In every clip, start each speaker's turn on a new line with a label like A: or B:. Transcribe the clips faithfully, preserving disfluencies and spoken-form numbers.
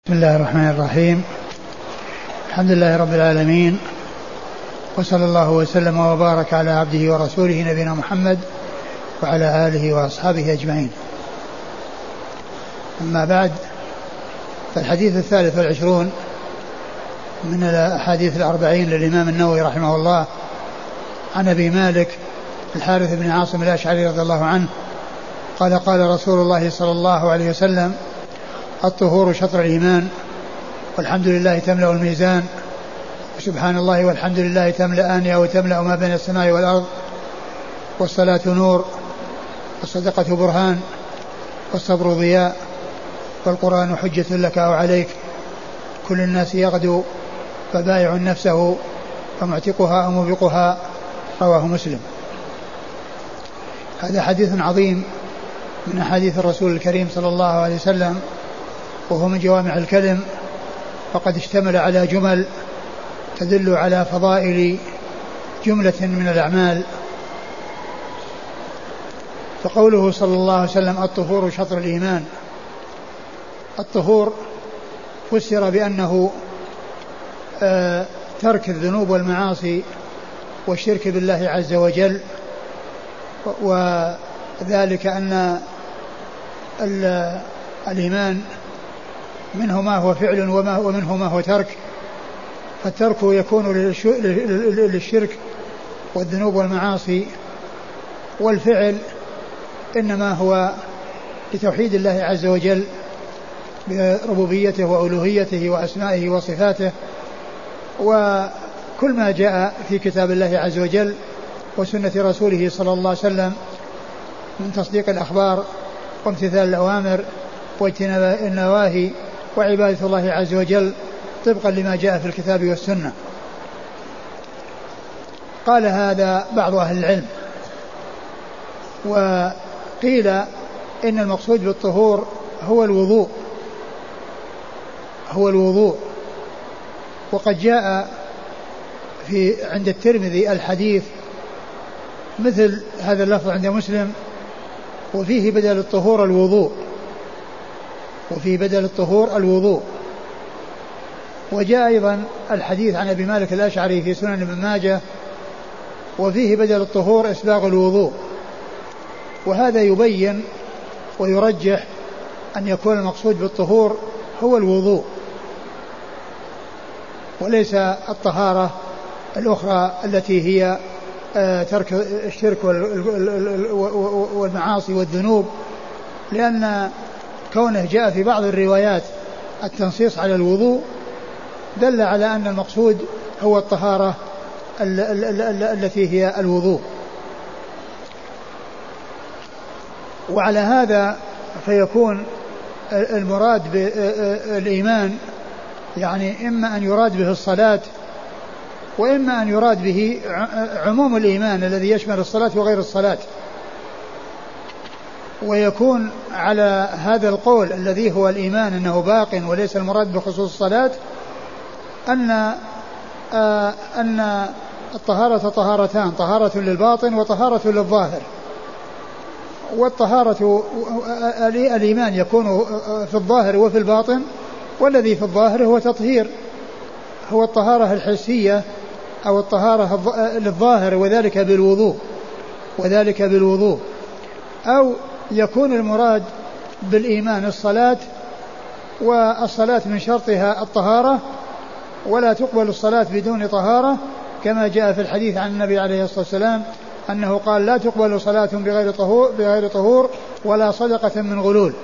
A: بسم الله الرحمن الرحيم. الحمد لله رب العالمين، وصلى الله وسلم وبارك على عبده ورسوله نبينا محمد وعلى آله وأصحابه أجمعين. أما بعد، فالحديث الثالث والعشرون من الأحاديث الأربعين للإمام النووي رحمه الله عن أبي مالك الحارث بن عاصم الأشعري رضي الله عنه قال: قال رسول الله صلى الله عليه وسلم: الطهور شطر الإيمان، والحمد لله تملأ الميزان، وسبحان الله والحمد لله تملأان أو تملأ ما بين السماء والأرض، والصلاة نور، والصدقة برهان، والصبر ضياء، والقرآن حجة لك أو عليك، كل الناس يغدو فبايع نفسه فمعتقها أو موبقها. رواه مسلم. هذا حديث عظيم من أحاديث الرسول الكريم صلى الله عليه وسلم، وهو من جوامع الكلم، فقد اشتمل على جمل تدل على فضائل جملة من الأعمال. فقوله صلى الله عليه وسلم: الطهور شطر الإيمان. الطهور فسر بأنه آه ترك الذنوب والمعاصي والشرك بالله عز وجل، وذلك أن الإيمان منه ما هو فعل ومنه ما هو ترك، فالترك يكون للشرك والذنوب والمعاصي، والفعل إنما هو لتوحيد الله عز وجل بربوبيته وألوهيته وأسمائه وصفاته، وكل ما جاء في كتاب الله عز وجل وسنة رسوله صلى الله عليه وسلم من تصديق الأخبار وامتثال الأوامر واجتناب النواهي وعبادة الله عز وجل طبقا لما جاء في الكتاب والسنة. قال هذا بعض أهل العلم، وقيل إن المقصود بالطهور هو الوضوء هو الوضوء وقد جاء في عند الترمذي الحديث مثل هذا اللفظ عند مسلم، وفيه بدل الطهور الوضوء وفي بدل الطهور الوضوء وجاء أيضا الحديث عن أبي مالك الأشعري في سنن ابن ماجه، وفيه بدل الطهور إسباغ الوضوء. وهذا يبين ويرجح أن يكون المقصود بالطهور هو الوضوء وليس الطهارة الأخرى التي هي ترك الشرك والمعاصي والذنوب، لأن كونه جاء في بعض الروايات التنصيص على الوضوء دل على أن المقصود هو الطهارة التي هي الوضوء. وعلى هذا فيكون المراد بالإيمان يعني إما أن يراد به الصلاة، وإما أن يراد به عموم الإيمان الذي يشمل الصلاة وغير الصلاة. ويكون على هذا القول الذي هو الإيمان أنه باق وليس المراد بخصوص الصلاة أن آه أن الطهارة طهارتان: طهارة للباطن وطهارة للظاهر. والطهارة الإيمان يكون في الظاهر وفي الباطن، والذي في الظاهر هو تطهير هو الطهارة الحسية أو الطهارة للظاهر، وذلك بالوضوء وذلك بالوضوء أو يكون المراد بالإيمان الصلاة، والصلاة من شرطها الطهارة، ولا تقبل الصلاة بدون طهارة، كما جاء في الحديث عن النبي عليه الصلاة والسلام أنه قال: لا تقبل صلاة بغير طهور, بغير طهور ولا صدقة من غلول.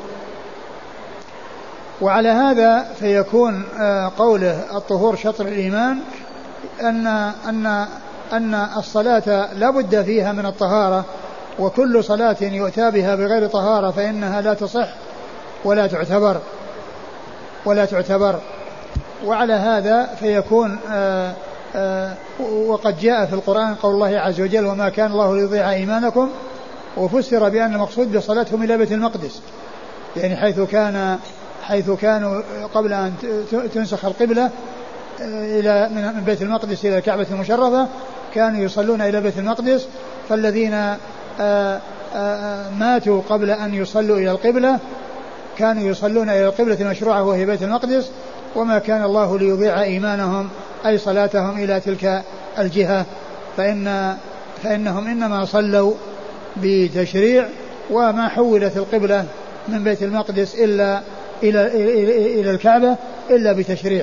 A: وعلى هذا فيكون قوله الطهور شطر الإيمان أن, أن, أن الصلاة لا بد فيها من الطهارة، وكل صلاة يؤتى بها بغير طهارة فإنها لا تصح ولا تعتبر ولا تعتبر وعلى هذا فيكون آآ آآ وقد جاء في القرآن قول الله عز وجل: وما كان الله ليضيع إيمانكم، وفسر بأن المقصود بصلاتهم إلى بيت المقدس، يعني حيث كان حيث كانوا قبل أن تنسخ القبلة إلى من بيت المقدس إلى الكعبة المشرفة كانوا يصلون إلى بيت المقدس، فالذين آآ آآ ماتوا قبل أن يصلوا إلى القبلة كانوا يصلون إلى القبلة المشروعة وهي بيت المقدس، وما كان الله ليضيع إيمانهم أي صلاتهم إلى تلك الجهة، فإن فإنهم إنما صلوا بتشريع، وما حولت القبلة من بيت المقدس إلا إلى, إلى, إلى الكعبة إلا بتشريع.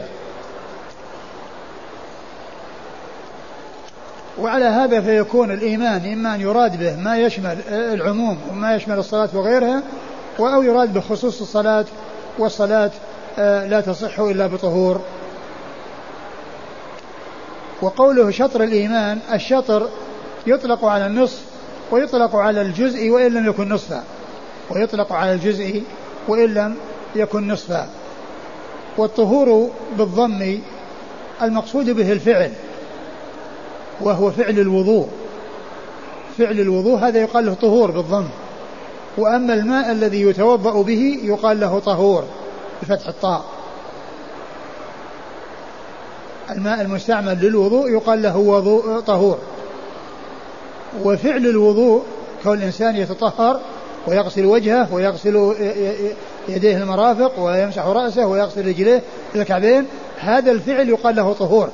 A: وعلى هذا فيكون الإيمان إما أن يراد به ما يشمل العموم وما يشمل الصلاة وغيرها، أو يراد بخصوص الصلاة، والصلاة لا تصح إلا بطهور. وقوله شطر الإيمان، الشطر يطلق على النصف ويطلق على الجزء وإن لم يكن نصفا، ويطلق على الجزء وإن لم يكن نصفا. والطهور بالضم المقصود به الفعل، وهو فعل الوضوء، فعل الوضوء هذا يقال له طهور بالضم. وأما الماء الذي يتوضأ به يقال له طهور بفتح الطاء. الماء المستعمل للوضوء يقال له وضوء طهور. وفعل الوضوء كون الإنسان يتطهر ويغسل وجهه ويغسل يديه المرافق ويمسح رأسه ويغسل رجليه إلى الكعبين، هذا الفعل يقال له طهور.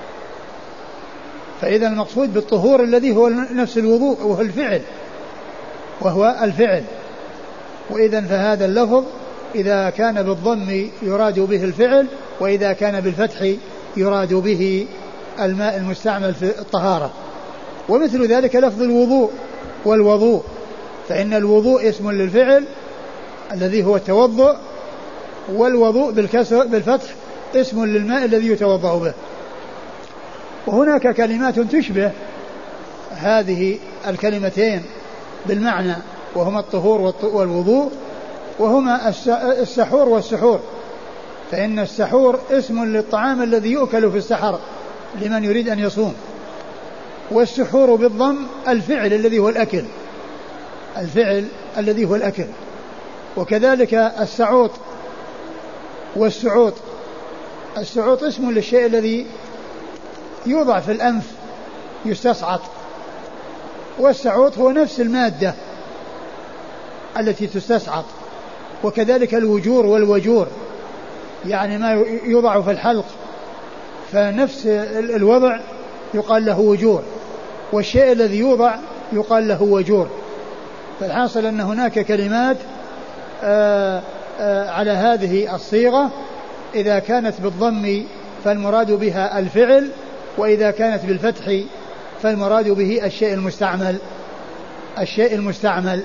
A: فإذا المقصود بالطهور الذي هو نفس الوضوء وهو الفعل، وهو الفعل. وإذا فهذا اللفظ إذا كان بالضم يراد به الفعل، وإذا كان بالفتح يراد به الماء المستعمل في الطهارة. ومثل ذلك لفظ الوضوء والوضوء، فإن الوضوء اسم للفعل الذي هو التوضؤ، والوضوء بالكسر بالفتح اسم للماء الذي يتوضأ به. وهناك كلمات تشبه هذه الكلمتين بالمعنى، وهما الطهور والوضوء، وهما السحور والسحور. فإن السحور اسم للطعام الذي يؤكل في السحر لمن يريد أن يصوم، والسحور بالضم الفعل الذي هو الأكل، الفعل الذي هو الأكل. وكذلك السعوط والسعوط، السعوط اسم للشيء الذي يوضع في الأنف يستصعط، والسعوط هو نفس المادة التي تستصعط. وكذلك الوجور والوجور، يعني ما يوضع في الحلق، فنفس الوضع يقال له وجور، والشيء الذي يوضع يقال له وجور. فالحاصل أن هناك كلمات آآ آآ على هذه الصيغة، إذا كانت بالضم فالمراد بها الفعل، وإذا كانت بالفتح فالمراد به الشيء المستعمل، الشيء المستعمل.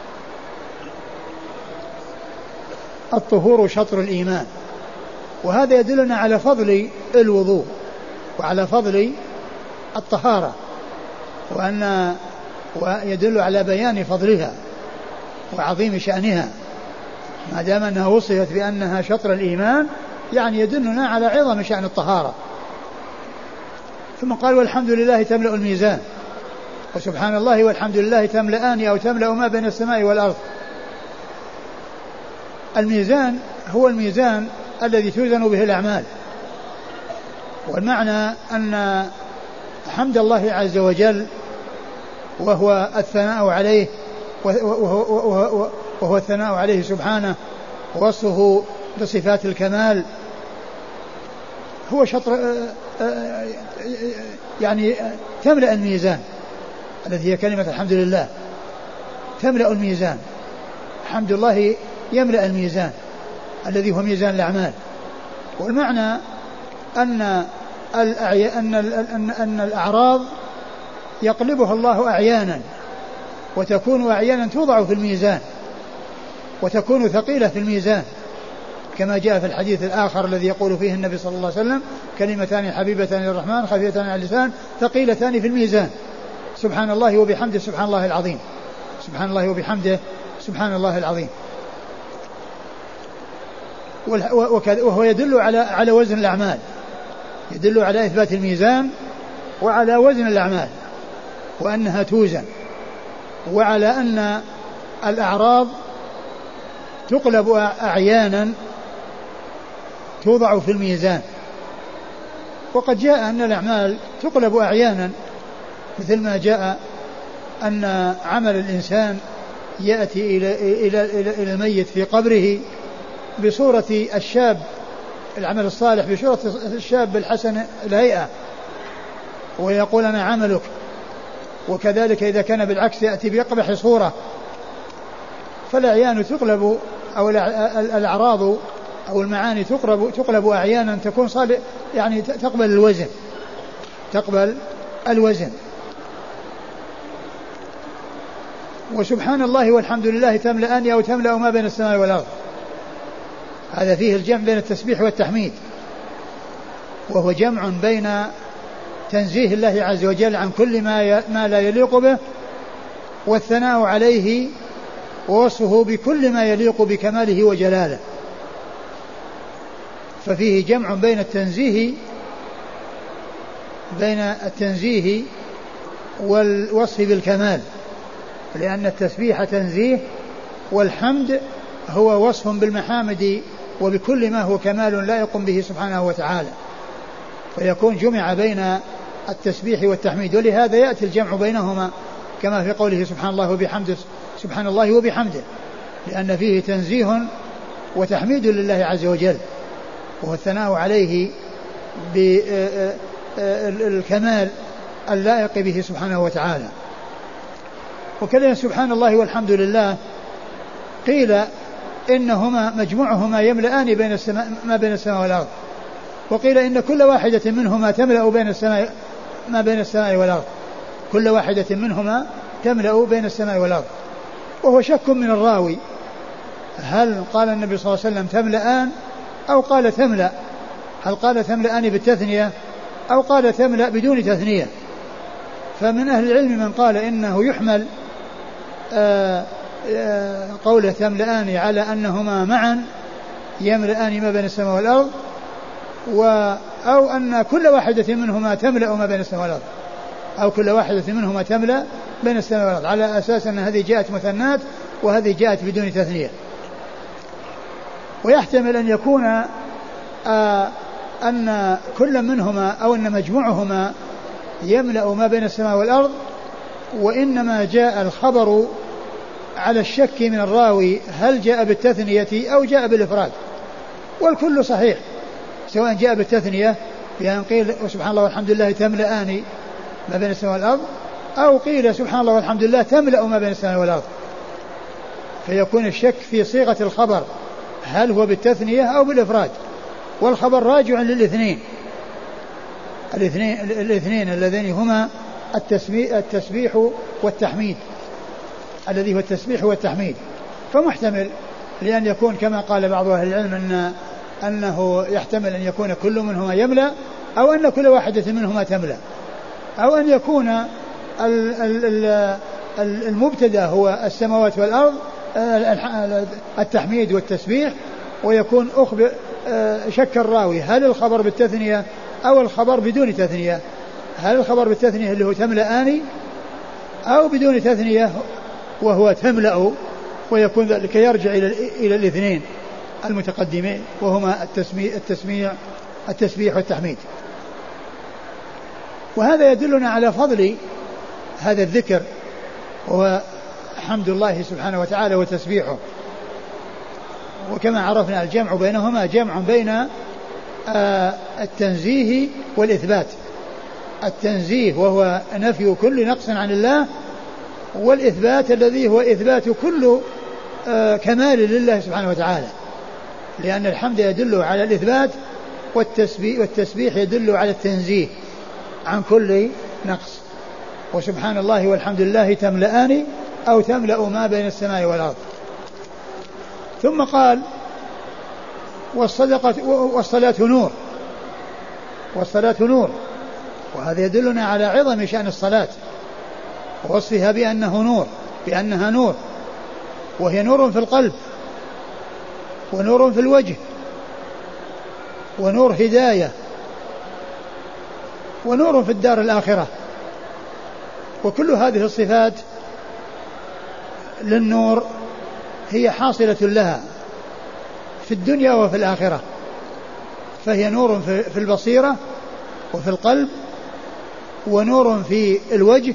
A: الطهور شطر الإيمان. وهذا يدلنا على فضل الوضوء وعلى فضل الطهارة، وأن ويدل على بيان فضلها وعظيم شأنها، ما دام أنها وصفت بأنها شطر الإيمان، يعني يدلنا على عظم شأن الطهارة. ثم قال والحمد لله تملأ الميزان، وسبحان الله والحمد لله تملأان أو تملأ ما بين السماء والأرض. الميزان هو الميزان الذي توزن به الأعمال، والمعنى أن حمد الله عز وجل وهو الثناء عليه، وهو, وهو الثناء عليه سبحانه، ووصفه بصفات الكمال، هو شطر يعني تملأ الميزان التي هي كلمة الحمد لله، تملأ الميزان. حمد الله يملأ الميزان الذي هو ميزان الأعمال. والمعنى أن أن أن أن الأعراض يقلبها الله أعيانا، وتكون أعيانا توضع في الميزان، وتكون ثقيلة في الميزان، كما جاء في الحديث الآخر الذي يقول فيه النبي صلى الله عليه وسلم: كلمتان حبيبتان للرحمن خفيفتان على اللسان ثقيلتان في الميزان، سبحان الله وبحمده سبحان الله العظيم، سبحان الله وبحمده سبحان الله العظيم. وهو يدل على على وزن الأعمال، يدل على إثبات الميزان وعلى وزن الأعمال، وأنها توزن، وعلى أن الأعراض تقلب أعيانا توضع في الميزان. وقد جاء أن الأعمال تقلب أعيانا، مثل ما جاء أن عمل الإنسان يأتي إلى, إلى, إلى, إلى الميت في قبره بصورة الشاب العمل الصالح بصورة الشاب الحسن الهيئة ويقول أنا عملك، وكذلك إذا كان بالعكس يأتي بأقبح صورة. فالأعيان تقلب أو الأعراض أو المعاني تقلب, تقلب أحيانا تكون صالح يعني تقبل الوزن تقبل الوزن. وسبحان الله والحمد لله تملأان أو تملأ ما بين السماء والأرض. هذا فيه الجمع بين التسبيح والتحميد، وهو جمع بين تنزيه الله عز وجل عن كل ما ما لا يليق به، والثناء عليه ووصفه بكل ما يليق بكماله وجلاله. ففيه جمع بين التنزيه بين التنزيه والوصف بالكمال، لأن التسبيح تنزيه والحمد هو وصف بالمحامد وبكل ما هو كمال لائق به سبحانه وتعالى، فيكون جمع بين التسبيح والتحميد. ولهذا يأتي الجمع بينهما كما في قوله سبحان الله وبحمده سبحان الله وبحمده، لأن فيه تنزيه وتحميد لله عز وجل، وهو الثناء عليه بالكمال اللائق به سبحانه وتعالى. وكلمة سبحان الله والحمد لله قيل إنهما مجموعهما يملأان بين السماء ما بين السماء والأرض، وقيل إن كل واحدة منهما تملأ بين السماء ما بين السماء والأرض، كل واحدة منهما تملأ بين السماء والأرض. وهو شك من الراوي هل قال النبي صلى الله عليه وسلم تملأان أو قال تملأ، هل قال تملأان بالتثنية أو قال تملأ بدون تثنية. فمن أهل العلم من قال إنه يحمل آآ آآ قوله تملأان على أنهما معا يملأان ما بين السماء والأرض، أو أن كل واحدة منهما تملأ ما بين السماء والأرض، أو كل واحدة منهما تملأ بين السماء والأرض، على أساس أن هذه جاءت مثنات وهذه جاءت بدون تثنية. ويحتمل أن يكون أن كل منهما أو أن مجموعهما يملأ ما بين السماء والأرض، وإنما جاء الخبر على الشك من الراوي هل جاء بالتثنية أو جاء بالإفراد، والكل صحيح، سواء جاء بالتثنية بأن قيل سبحان الله والحمد لله تملأان ما بين السماء والأرض، أو قيل سبحان الله والحمد لله تملأ ما بين السماء والأرض، فيكون الشك في صيغة الخبر هل هو بالتثنية أو بالإفراد، والخبر راجع للاثنين الاثنين الاثنين اللذين هما التسبيح والتحميد، الذي هو التسبيح والتحميد. فمحتمل لأن يكون كما قال بعض أهل العلم أن أنه يحتمل أن يكون كل منهما يملأ، أو أن كل واحدة منهما تملأ، أو أن يكون المبتدأ هو السماوات والأرض التحميد والتسبيح، ويكون أخبر شك الراوي هل الخبر بالتثنية أو الخبر بدون تثنية، هل الخبر بالتثنية اللي هو تملأان أو بدون تثنية وهو تملأ، ويكون ذلك يرجع إلى إلى الاثنين المتقدمين وهما التسميع التسميع التسبيح والتحميد. وهذا يدلنا على فضل هذا الذكر وهو حمد الله سبحانه وتعالى وتسبيحه. وكما عرفنا الجمع بينهما جمع بين التنزيه والإثبات، التنزيه وهو نفي كل نقص عن الله، والإثبات الذي هو إثبات كل كمال لله سبحانه وتعالى، لأن الحمد يدل على الإثبات والتسبيح, والتسبيح يدل على التنزيه عن كل نقص. وسبحان الله والحمد لله تملأان أو تملأ ما بين السماء والأرض. ثم قال والصدقة والصلاة نور، والصلاة نور، وهذا يدلنا على عظم شأن الصلاة ووصفها بأنه نور، بأنها نور، وهي نور في القلب ونور في الوجه ونور هداية ونور في الدار الآخرة. وكل هذه الصفات للنور هي حاصلة لها في الدنيا وفي الآخرة، فهي نور في البصيرة وفي القلب، ونور في الوجه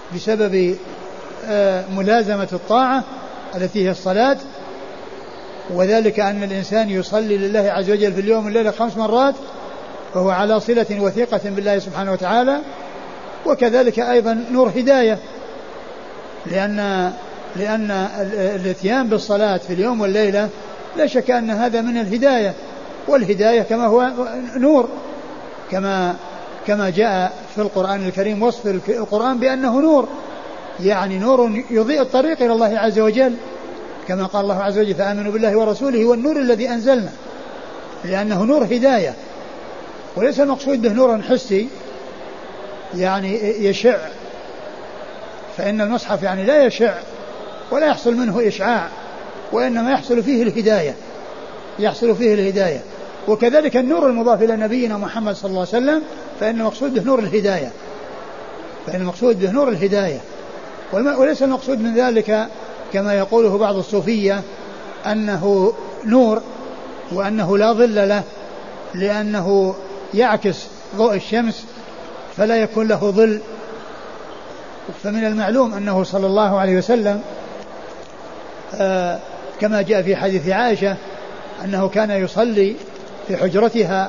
A: بسبب ملازمة الطاعة التي هي الصلاة، وذلك أن الإنسان يصلي لله عز وجل في اليوم والليلة خمس مرات فهو على صلة وثيقة بالله سبحانه وتعالى. وكذلك أيضا نور هداية، لأن لأن الاتيان بالصلاة في اليوم والليلة لا شك أن هذا من الهداية، والهداية كما هو نور، كما كما جاء في القرآن الكريم وصف القرآن بأنه نور، يعني نور يضيء الطريق إلى الله عز وجل، كما قال الله عز وجل فآمنوا بالله ورسوله والنور الذي أنزلنا، لأنه نور هداية. وليس المقصود به نور حسي يعني يشع، فإن المصحف يعني لا يشع ولا يحصل منه إشعاع، وإنما يحصل فيه الهداية، يحصل فيه الهداية. وكذلك النور المضاف إلى نبينا محمد صلى الله عليه وسلم فإن المقصود به نور الهداية، فإن المقصود به نور الهداية. وليس المقصود من ذلك كما يقوله بعض الصوفية أنه نور وأنه لا ظل له، لأنه يعكس ضوء الشمس فلا يكون له ظل. فمن المعلوم أنه صلى الله عليه وسلم آه كما جاء في حديث عائشة أنه كان يصلي في حجرتها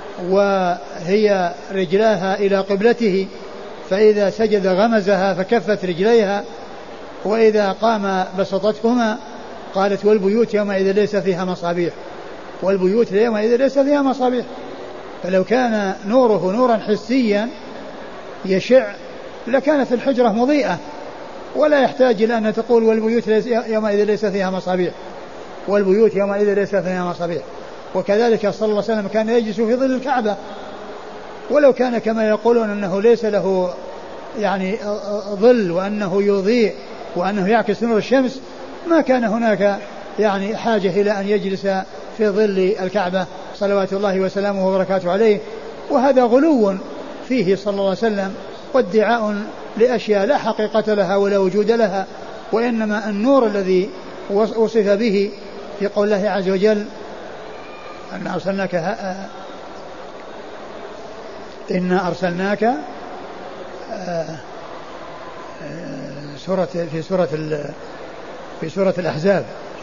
A: وهي رجلاها إلى قبلته، فإذا سجد غمزها فكفت رجليها، وإذا قام بسطتهما. قالت والبيوت يومئذ ليس فيها مصابيح، والبيوت يومئذ ليس فيها مصابيح. فلو كان نوره نورا حسيا يشع لكانت الحجرة مضيئة، ولا يحتاج إلى أن تقول والبيوت يومئذ ليس فيها مصابيح، والبيوت يومئذ ليس فيها مصابيح. وكذلك صلى الله عليه وسلم كان يجلس في ظل الكعبة، ولو كان كما يقولون أنه ليس له يعني ظل وأنه يضيء وأنه يعكس نور الشمس ما كان هناك يعني حاجة إلى أن يجلس في ظل الكعبة صلوات الله وسلامه وبركاته عليه. وهذا غلو فيه صلى الله عليه وسلم وادعاء لأشياء لا حقيقة لها ولا وجود لها، وإنما النور الذي وصف به في قول الله عز وجل أن أرسلناك إنا أرسلناك سورة في سورة في سورة الأحزاب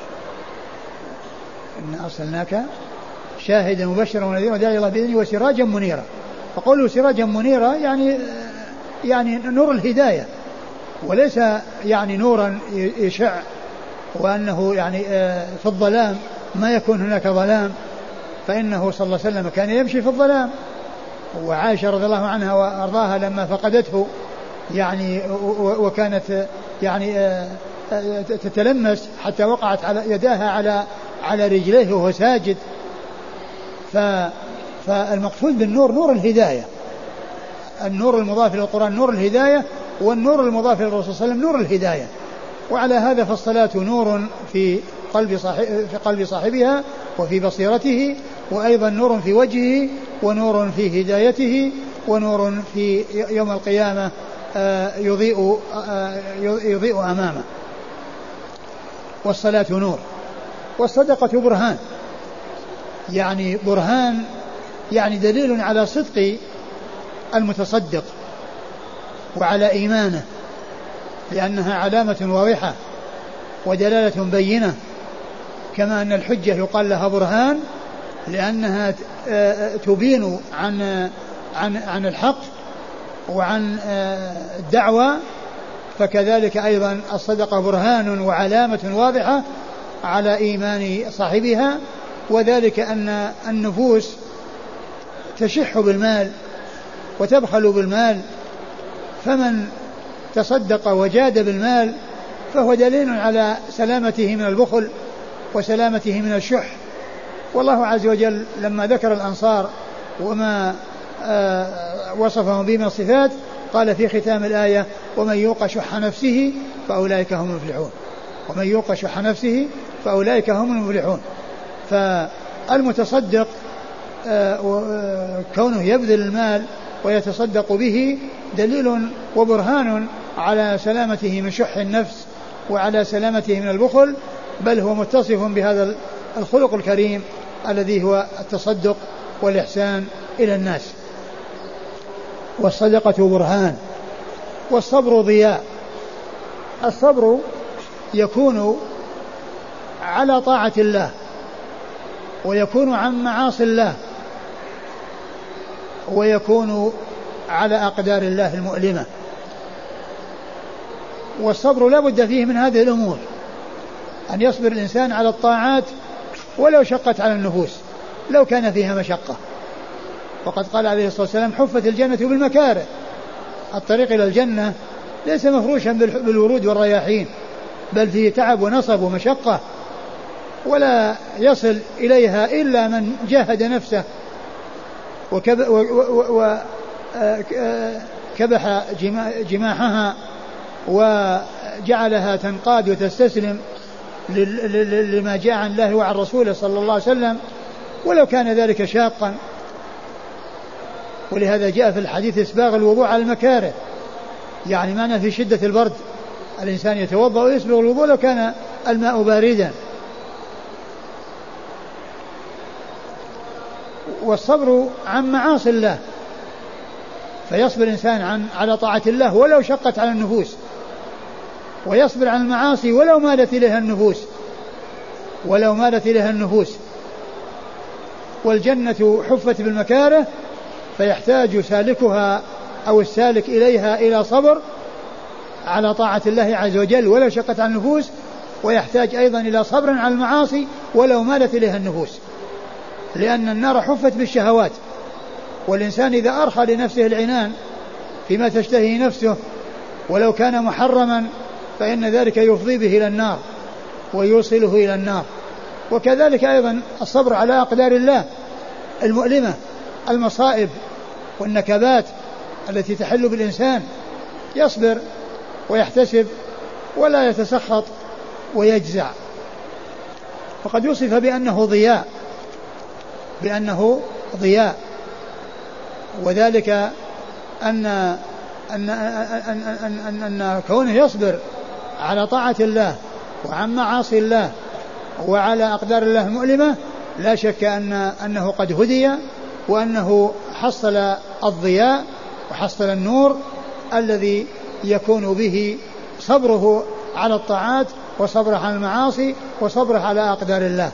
A: إنا أرسلناك شاهدا مبشرا ونذيرا وداعيا الله بإذنه وسراجا منيرا. فقوله سراجا منيرا يعني يعني نور الهداية، وليس يعني نورا يشع وأنه يعني في الظلام ما يكون هناك ظلام، فإنه صلى الله عليه وسلم كان يمشي في الظلام. وعائشة رضي الله عنها وأرضاها لما فقدته يعني وكانت يعني تتلمس حتى وقعت على يداها على على رجليه وهو ساجد. فالمقصود بالنور نور الهداية، النور المضاف إلى القرآن نور الهداية، والنور المضاف إلى الرسول صلى الله عليه وسلم نور الهداية. وعلى هذا فالصلاة نور في قلب صاحب في قلب صاحبها وفي بصيرته، وأيضا نور في وجهه، ونور في هدايته، ونور في يوم القيامة يضيء يضيء أمامه. والصلاة نور، والصدقة برهان، يعني برهان يعني دليل على صدق المتصدق وعلى إيمانه، لأنها علامة واضحة ودلالة بينة، كما أن الحجة يقال لها برهان لأنها تبين عن عن عن الحق وعن الدعوة، فكذلك أيضا الصدقة برهان وعلامة واضحة على إيمان صاحبها. وذلك أن النفوس تشح بالمال وتبخل بالمال، فمن تصدق وجاد بالمال فهو دليل على سلامته من البخل وسلامته من الشح. والله عز وجل لما ذكر الأنصار وما وصفهم به من الصفات قال في ختام الآية ومن يوق شح نفسه فأولئك هم المفلحون، ومن يوق شح نفسه فأولئك هم المفلحون. فالمتصدق كونه يبذل المال ويتصدق به دليل وبرهان على سلامته من شح النفس وعلى سلامته من البخل، بل هو متصف بهذا الخلق الكريم الذي هو التصدق والإحسان إلى الناس. والصدقة برهان، والصبر ضياء. الصبر يكون على طاعة الله ويكون عن معاصي الله، ويكون على أقدار الله المؤلمة. والصبر لا بد فيه من هذه الأمور، أن يصبر الإنسان على الطاعات ولو شقت على النفوس، لو كان فيها مشقة. وقد قال عليه الصلاة والسلام: حفت الجنة بالمكاره. الطريق إلى الجنة ليس مفروشا بالورود والرياحين، بل فيه تعب ونصب ومشقة، ولا يصل إليها إلا من جاهد نفسه وكبح جماحها وجعلها تنقاد وتستسلم لما جاء عن الله وعن رسوله صلى الله عليه وسلم، ولو كان ذلك شاقا. ولهذا جاء في الحديث إسباغ الوضوء على المكاره، يعني معنى في شدة البرد الإنسان يتوضأ ويسبغ الوضوء لو كان الماء باردا. والصبر عن معاصي الله، فيصبر الإنسان عن على طاعة الله ولو شقت على النفوس، ويصبر عن المعاصي ولو مالت إليها النفوس ولو مالت إليها النفوس. والجنة حفت بالمكاره، فيحتاج سالكها أو السالك إليها إلى صبر على طاعة الله عز وجل ولو شقت على النفوس، ويحتاج أيضا إلى صبر على المعاصي ولو مالت إليها النفوس، لأن النار حفت بالشهوات، والإنسان إذا أرخى لنفسه العنان فيما تشتهي نفسه ولو كان محرما فإن ذلك يفضي به إلى النار ويوصله إلى النار. وكذلك أيضا الصبر على أقدار الله المؤلمة، المصائب والنكبات التي تحل بالإنسان، يصبر ويحتسب ولا يتسخط ويجزع. فقد يوصف بأنه ضياء بأنه ضياء وذلك أن أن أن أن أن, أن كونه يصبر على طاعة الله وعن معاصي الله وعلى أقدار الله المؤلمة، لا شك أن أنه قد هدي، وأنه حصل الضياء وحصل النور الذي يكون به صبره على الطاعات وصبره على المعاصي وصبره على أقدار الله.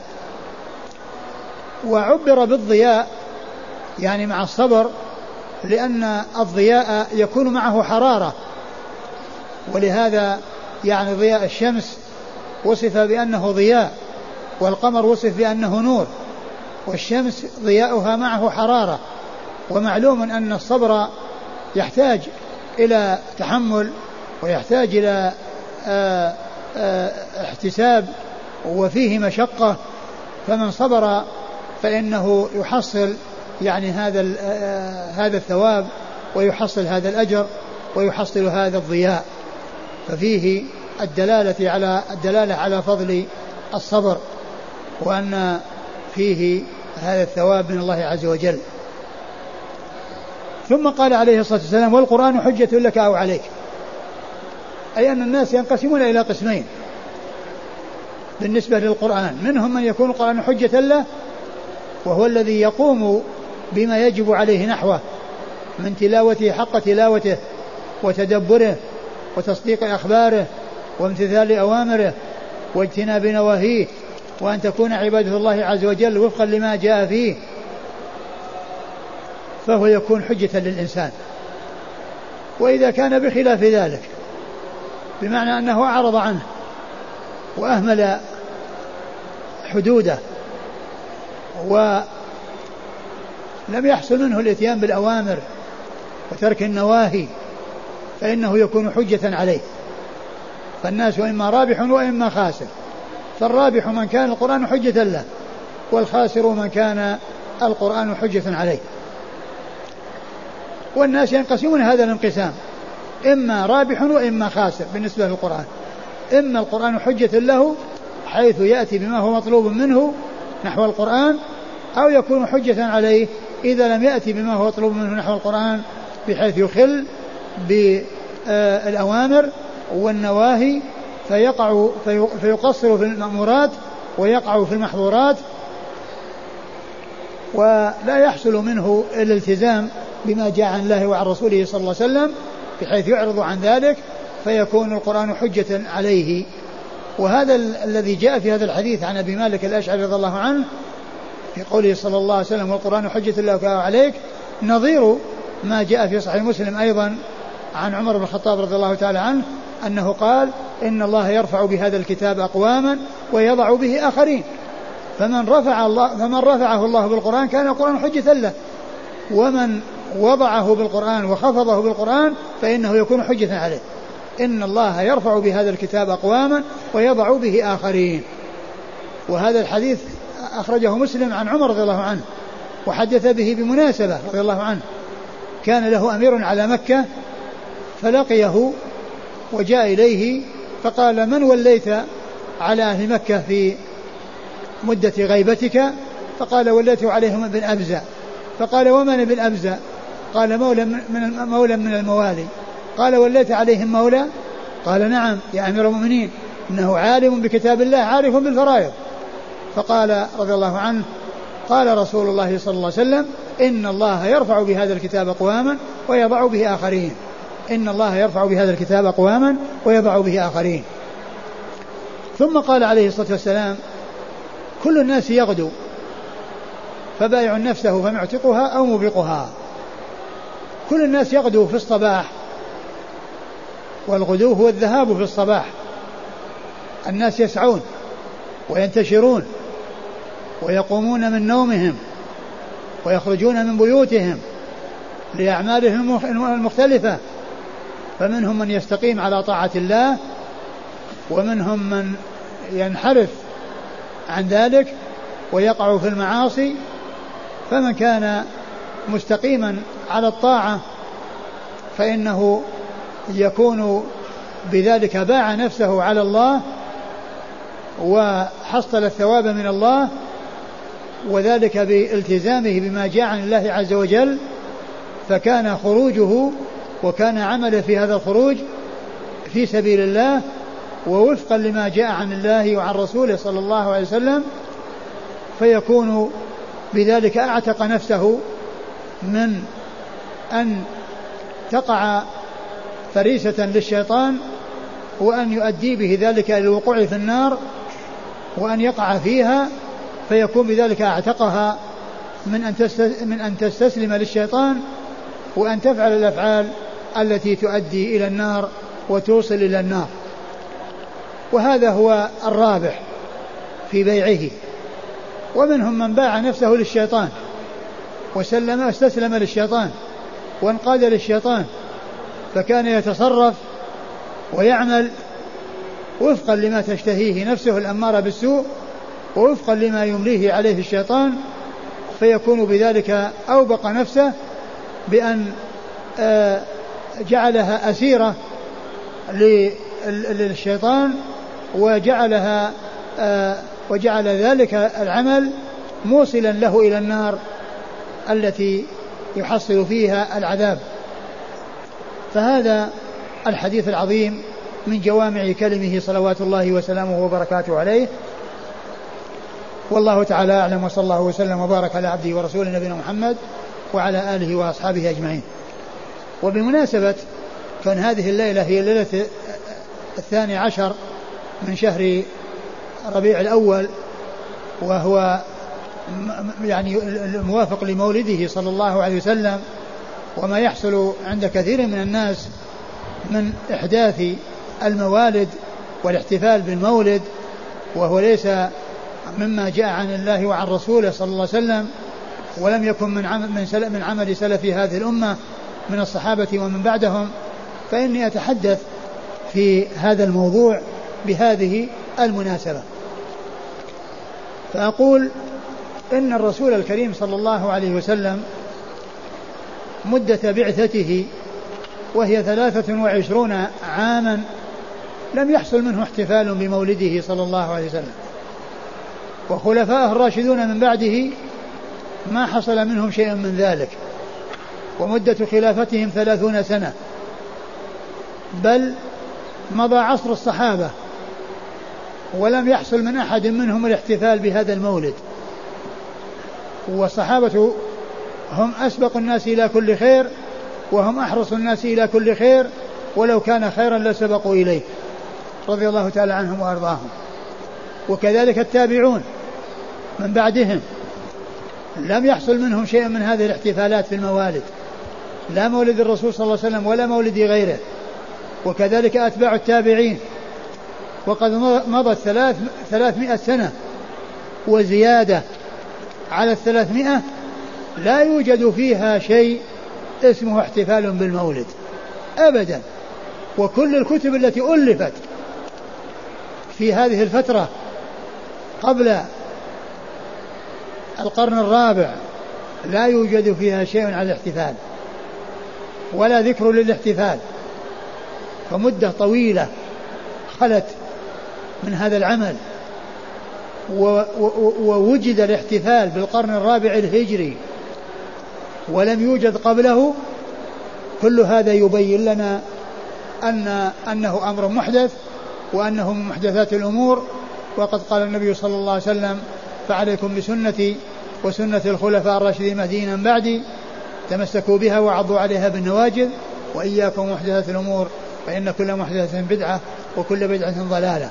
A: وعبر بالضياء يعني مع الصبر، لأن الضياء يكون معه حرارة، ولهذا يعني ضياء الشمس وصف بأنه ضياء، والقمر وصف بأنه نور، والشمس ضياؤها معه حرارة. ومعلوم أن الصبر يحتاج إلى تحمل ويحتاج إلى آآ آآ احتساب وفيه مشقة، فمن صبر فإنه يحصل يعني هذا هذا الثواب ويحصل هذا الأجر ويحصل هذا الضياء. ففيه الدلالة على الدلالة على فضل الصبر، وأن فيه هذا الثواب من الله عز وجل. ثم قال عليه الصلاة والسلام: والقرآن حجة لك أو عليك، أي أن الناس ينقسمون إلى قسمين بالنسبة للقرآن، منهم من يكون القرآن حجة له وهو الذي يقوم بما يجب عليه نحوه من تلاوته حق تلاوته وتدبره وتصديق أخباره وامتثال أوامره واجتناب نواهيه، وأن تكون عبادة الله عز وجل وفقا لما جاء فيه، فهو يكون حجة للإنسان. وإذا كان بخلاف ذلك بمعنى أنه أعرض عنه وأهمل حدوده ولم يحصل منه الاتيان بالأوامر وترك النواهي، فإنه يكون حجة عليه. فالناس إما رابح وإما خاسر، فالرابح من كان القرآن حجة له، والخاسر من كان القرآن حجة عليه. والناس ينقسمون هذا الانقسام، إما رابح وإما خاسر بالنسبة للقرآن. إما القرآن حجة له حيث يأتي بما هو مطلوب منه نحو القرآن، أو يكون حجة عليه إذا لم يأتي بما هو مطلوب منه نحو القرآن بحيث يخل بالأوامر والنواهي فيقع فيقصر في المأمورات ويقع في المحظورات، ولا يحصل منه الالتزام بما جاء عن الله وعن رسوله صلى الله عليه وسلم بحيث يعرض عن ذلك، فيكون القرآن حجة عليه. وهذا الذي جاء في هذا الحديث عن أبي مالك الأشعري رضي الله عنه في قوله صلى الله عليه وسلم والقرآن حجة لك عليك، نظير ما جاء في صحيح مسلم أيضا عن عمر بن الخطاب رضي الله تعالى عنه أنه قال إن الله يرفع بهذا الكتاب أقواما ويضع به آخرين، فمن رفع الله فمن رفعه الله بالقرآن كان القرآن حجة له، ومن وضعه بالقرآن وخفضه بالقرآن فإنه يكون حجة عليه. إن الله يرفع بهذا الكتاب أقواما ويضع به آخرين. وهذا الحديث أخرجه مسلم عن عمر رضي الله عنه، وحدث به بمناسبة رضي الله عنه. كان له أمير على مكة فلقيه وجاء إليه فقال من وليت على أهل مكة في مدة غيبتك؟ فقال وليت عليهم ابن أبزة. فقال ومن ابن أبزة؟ قال مولى من, مولى من الموالي. قال وليت عليهم مولى؟ قال نعم يا أمير المؤمنين، إنه عالم بكتاب الله عارف بالفرائض. فقال رضي الله عنه قال رسول الله صلى الله عليه وسلم إن الله يرفع بهذا الكتاب أقواما ويضع به آخرين. إن الله يرفع بهذا الكتاب أقواما ويضع به آخرين. ثم قال عليه الصلاة والسلام كل الناس يغدو فبايع نفسه فمعتقها أو موبقها. كل الناس يغدو في الصباح، والغدو هو الذهاب في الصباح. الناس يسعون وينتشرون ويقومون من نومهم ويخرجون من بيوتهم لأعمالهم المختلفة، فمنهم من يستقيم على طاعة الله ومنهم من ينحرف عن ذلك ويقع في المعاصي. فمن كان مستقيما على الطاعة فإنه يكون بذلك باع نفسه على الله وحصل الثواب من الله، وذلك بالتزامه بما جاء عن الله عز وجل. فكان خروجه وكان عمله في هذا الخروج في سبيل الله ووفقا لما جاء عن الله وعن رسوله صلى الله عليه وسلم، فيكون بذلك أعتق نفسه من أن تقع فريسة للشيطان وأن يؤدي به ذلك إلى الوقوع في النار وأن يقع فيها، فيكون بذلك أعتقها من أن من أن تستسلم للشيطان وأن تفعل الأفعال التي تؤدي إلى النار وتوصل إلى النار. وهذا هو الرابح في بيعه. ومنهم من باع نفسه للشيطان وسلم واستسلم للشيطان وانقاد للشيطان، فكان يتصرف ويعمل وفقا لما تشتهيه نفسه الأمارة بالسوء ووفقا لما يمليه عليه الشيطان، فيكون بذلك أوبق نفسه بأن جعلها أسيرة للشيطان وجعلها وجعل ذلك العمل موصلا له إلى النار التي يحصل فيها العذاب. فهذا الحديث العظيم من جوامع كلمه صلوات الله وسلامه وبركاته عليه. والله تعالى أعلم، وصلى الله وسلم وبارك على عبده ورسوله نبينا محمد وعلى آله وأصحابه أجمعين. وبمناسبة كان هذه الليلة هي الليلة الثاني عشر من شهر ربيع الأول، وهو يعني الموافق لمولده صلى الله عليه وسلم، وما يحصل عند كثير من الناس من إحداث الموالد والاحتفال بالمولد، وهو ليس مما جاء عن الله وعن رسوله صلى الله عليه وسلم، ولم يكن من عمل, من من عمل سلف هذه الأمة من الصحابة ومن بعدهم. فإني أتحدث في هذا الموضوع بهذه المناسبة، فأقول إن الرسول الكريم صلى الله عليه وسلم مدة بعثته وهي ثلاثة وعشرون عاما لم يحصل منه احتفال بمولده صلى الله عليه وسلم، وخلفاءه الراشدون من بعده ما حصل منهم شيء من ذلك، ومدة خلافتهم ثلاثون سنة، بل مضى عصر الصحابة ولم يحصل من أحد منهم الاحتفال بهذا المولد. والصحابة هم أسبق الناس إلى كل خير وهم أحرص الناس إلى كل خير، ولو كان خيرا لسبقوا إليه رضي الله تعالى عنهم وأرضاهم. وكذلك التابعون من بعدهم لم يحصل منهم شيء من هذه الاحتفالات في الموالد، لا مولد الرسول صلى الله عليه وسلم ولا مولد غيره، وكذلك أتباع التابعين. وقد مضت ثلاث ثلاثمائة سنة وزيادة على الثلاثمائة لا يوجد فيها شيء اسمه احتفال بالمولد أبدا. وكل الكتب التي ألفت في هذه الفترة قبل القرن الرابع لا يوجد فيها شيء على الاحتفال ولا ذكر للاحتفال. فمدة طويلة خلت من هذا العمل، ووجد الاحتفال بالقرن الرابع الهجري ولم يوجد قبله. كل هذا يبين لنا أن أنه أمر محدث وأنه من محدثات الأمور. وقد قال النبي صلى الله عليه وسلم: فعليكم بسنتي وسنة الخلفاء الراشدين المهديين من بعدي، تمسكوا بها وعضوا عليها بالنواجذ، وإياكم محدثات الأمور فإن كل محدثة بدعة وكل بدعة ضلالة.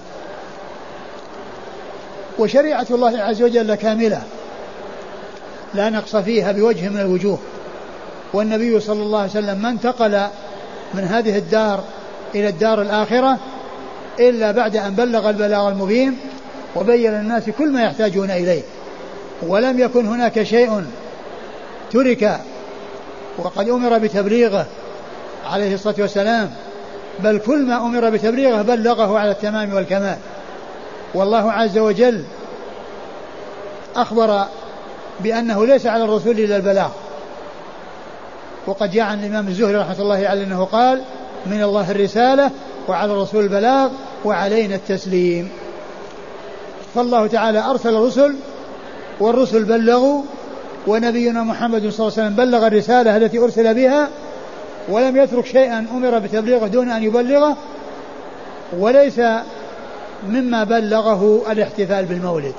A: وشريعة الله عز وجل كاملة لا نقص فيها بوجه من الوجوه. والنبي صلى الله عليه وسلم ما انتقل من هذه الدار إلى الدار الآخرة إلا بعد أن بلغ البلاغ المبين وبين الناس كل ما يحتاجون إليه، ولم يكن هناك شيء ترك وقد أمر بتبليغه عليه الصلاة والسلام، بل كل ما أمر بتبليغه بلغه على التمام والكمال. والله عز وجل أخبر بأنه ليس على الرسول إلا البلاغ. وقد جاء عن الإمام الزهري رحمة الله عليه أنه قال: من الله الرسالة وعلى الرسول البلاغ وعلينا التسليم. فالله تعالى أرسل الرسل والرسل بلغوا، ونبينا محمد صلى الله عليه وسلم بلغ الرسالة التي أرسل بها ولم يترك شيئا أمر بتبليغه دون أن يبلغه. وليس مما بلغه الاحتفال بالمولد.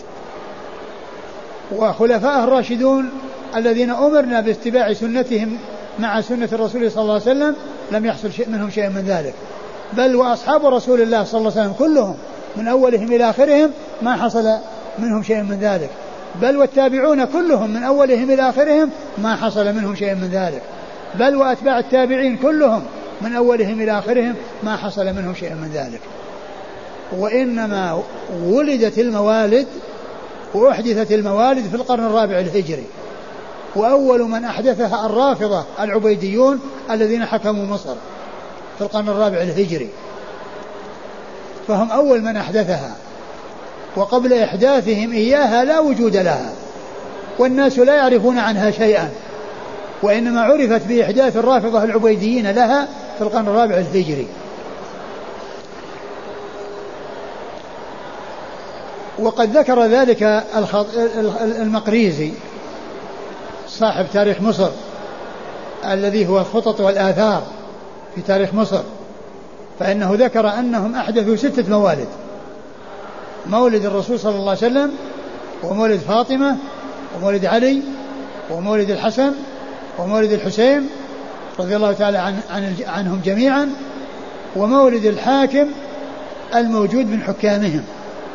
A: وخلفاء الراشدون الذين أمرنا باتباع سنتهم مع سنة الرسول صلى الله عليه وسلم لم يحصل شيء منهم شيء من ذلك، بل وأصحاب رسول الله صلى الله عليه وسلم كلهم من أولهم إلى آخرهم ما حصل منهم شيء من ذلك، بل والتابعون كلهم من أولهم إلى آخرهم ما حصل منهم شيء من ذلك، بل وأتباع التابعين كلهم من أولهم إلى آخرهم ما حصل منهم شيء من ذلك. وإنما ولدت الموالد وأحدثت الموالد في القرن الرابع الهجري، وأول من أحدثها الرافضة العبيديون الذين حكموا مصر في القرن الرابع الهجري، فهم أول من أحدثها. وقبل إحداثهم إياها لا وجود لها، والناس لا يعرفون عنها شيئا، وإنما عرفت بإحداث الرافضة العبيديين لها في القرن الرابع الهجري. وقد ذكر ذلك المقريزي صاحب تاريخ مصر الذي هو الخطط والآثار في تاريخ مصر، فإنه ذكر أنهم أحدثوا ستة موالد: مولد الرسول صلى الله عليه وسلم، ومولد فاطمة، ومولد علي، ومولد الحسن، ومولد الحسين رضي الله تعالى عن عن عنهم جميعا، ومولد الحاكم الموجود من حكامهم.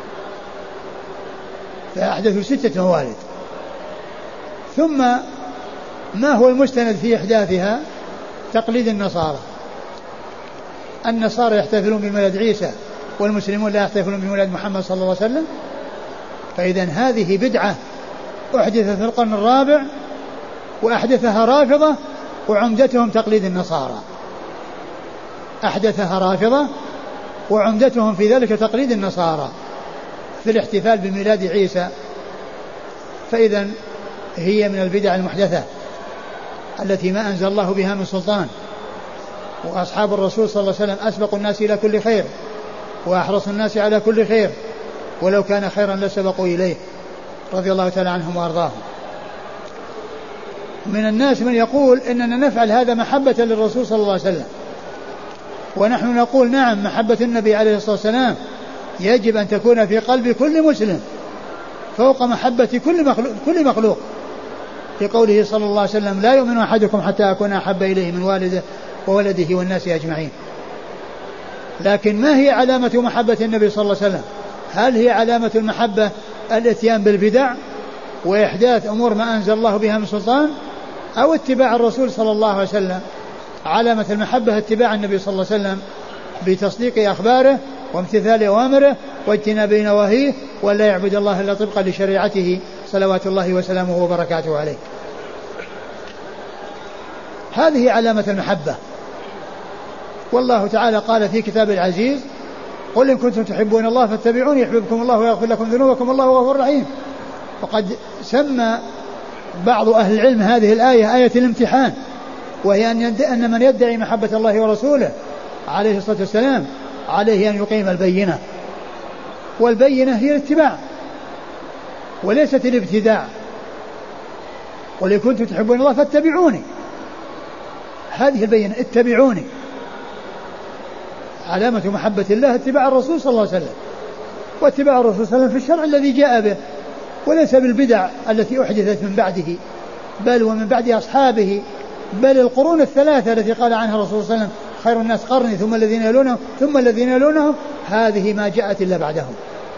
A: فأحدثوا ستة موالد. ثم ما هو المستند في إحداثها؟ تقليد النصارى. النصارى يحتفلون بميلاد عيسى والمسلمون لا يحتفلون بميلاد محمد صلى الله عليه وسلم. فإذا هذه بدعة أحدثت في القرن الرابع وأحدثها رافضة وعمدتهم تقليد النصارى. أحدثها رافضة وعمدتهم في ذلك تقليد النصارى في الاحتفال بميلاد عيسى. فإذا هي من البدع المحدثة التي ما أنزل الله بها من سلطان. وأصحاب الرسول صلى الله عليه وسلم أسبق الناس إلى كل خير وأحرص الناس على كل خير، ولو كان خيرا لسبقوا إليه رضي الله تعالى عنهم وأرضاهم. من الناس من يقول إننا نفعل هذا محبة للرسول صلى الله عليه وسلم، ونحن نقول نعم، محبة النبي عليه الصلاة والسلام يجب أن تكون في قلب كل مسلم فوق محبة كل مخلوق, كل مخلوق في قوله صلى الله عليه وسلم: لا يؤمن أحدكم حتى أكون أحب إليه من والده وولده والناس أجمعين. لكن ما هي علامة محبة النبي صلى الله عليه وسلم؟ هل هي علامة المحبة الاتيان بالبدع، وإحداث أمور ما أنزل الله بها من سلطان، أو اتباع الرسول صلى الله عليه وسلم. علامة المحبة اتباع النبي صلى الله عليه وسلم بتصديق أخباره وامتثال أوامره واجتناب نواهيه، ولا يعبد الله إلا طبقا لشريعته صلوات الله وسلامه وبركاته عليه. هذه علامة المحبة. والله تعالى قال في كتاب العزيز: قل إن كنتم تحبون الله فاتبعوني يحببكم الله ويغفر لكم ذنوبكم والله غفور رحيم. وقد سمى بعض أهل العلم هذه الآية آية الامتحان، وهي أن من يدعي محبة الله ورسوله عليه الصلاة والسلام عليه أن يقيم البينة، والبينة هي الاتباع وليست الابتداع. قل إن كنتم تحبون الله فاتبعوني، هذه البينة، اتبعوني. علامة محبة الله اتباع الرسول صلى الله عليه وسلم، واتباع الرسول صلى الله عليه وسلم في الشرع الذي جاء به، وليس بالبدع التي أحدثت من بعده، بل ومن بعد أصحابه، بل القرون الثلاثة التي قال عنها الرسول صلى الله عليه وسلم: خير الناس قرني ثم الذين يلونهم ثم الذين يلونهم، هذه ما جاءت إلا بعدهم،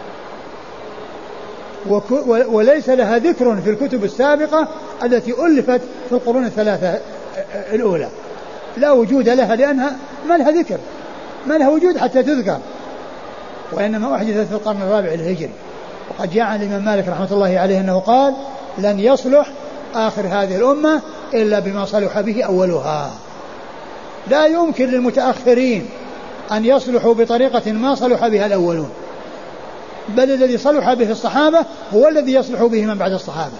A: وليس لها ذكر في الكتب السابقة التي ألفت في القرون الثلاثة الأولى، لا وجود لها، لأنها ما لها ذكر، ما لها وجود حتى تذكر، وإنما أحدثت في القرن الرابع الهجري. وقد جاء عن الإمام مالك رحمة الله عليه أنه قال: لن يصلح آخر هذه الأمة إلا بما صلح به أولها. لا يمكن للمتأخرين أن يصلحوا بطريقة ما صلح بها الأولون، بل الذي صلح به الصحابة هو الذي يصلح به من بعد الصحابة.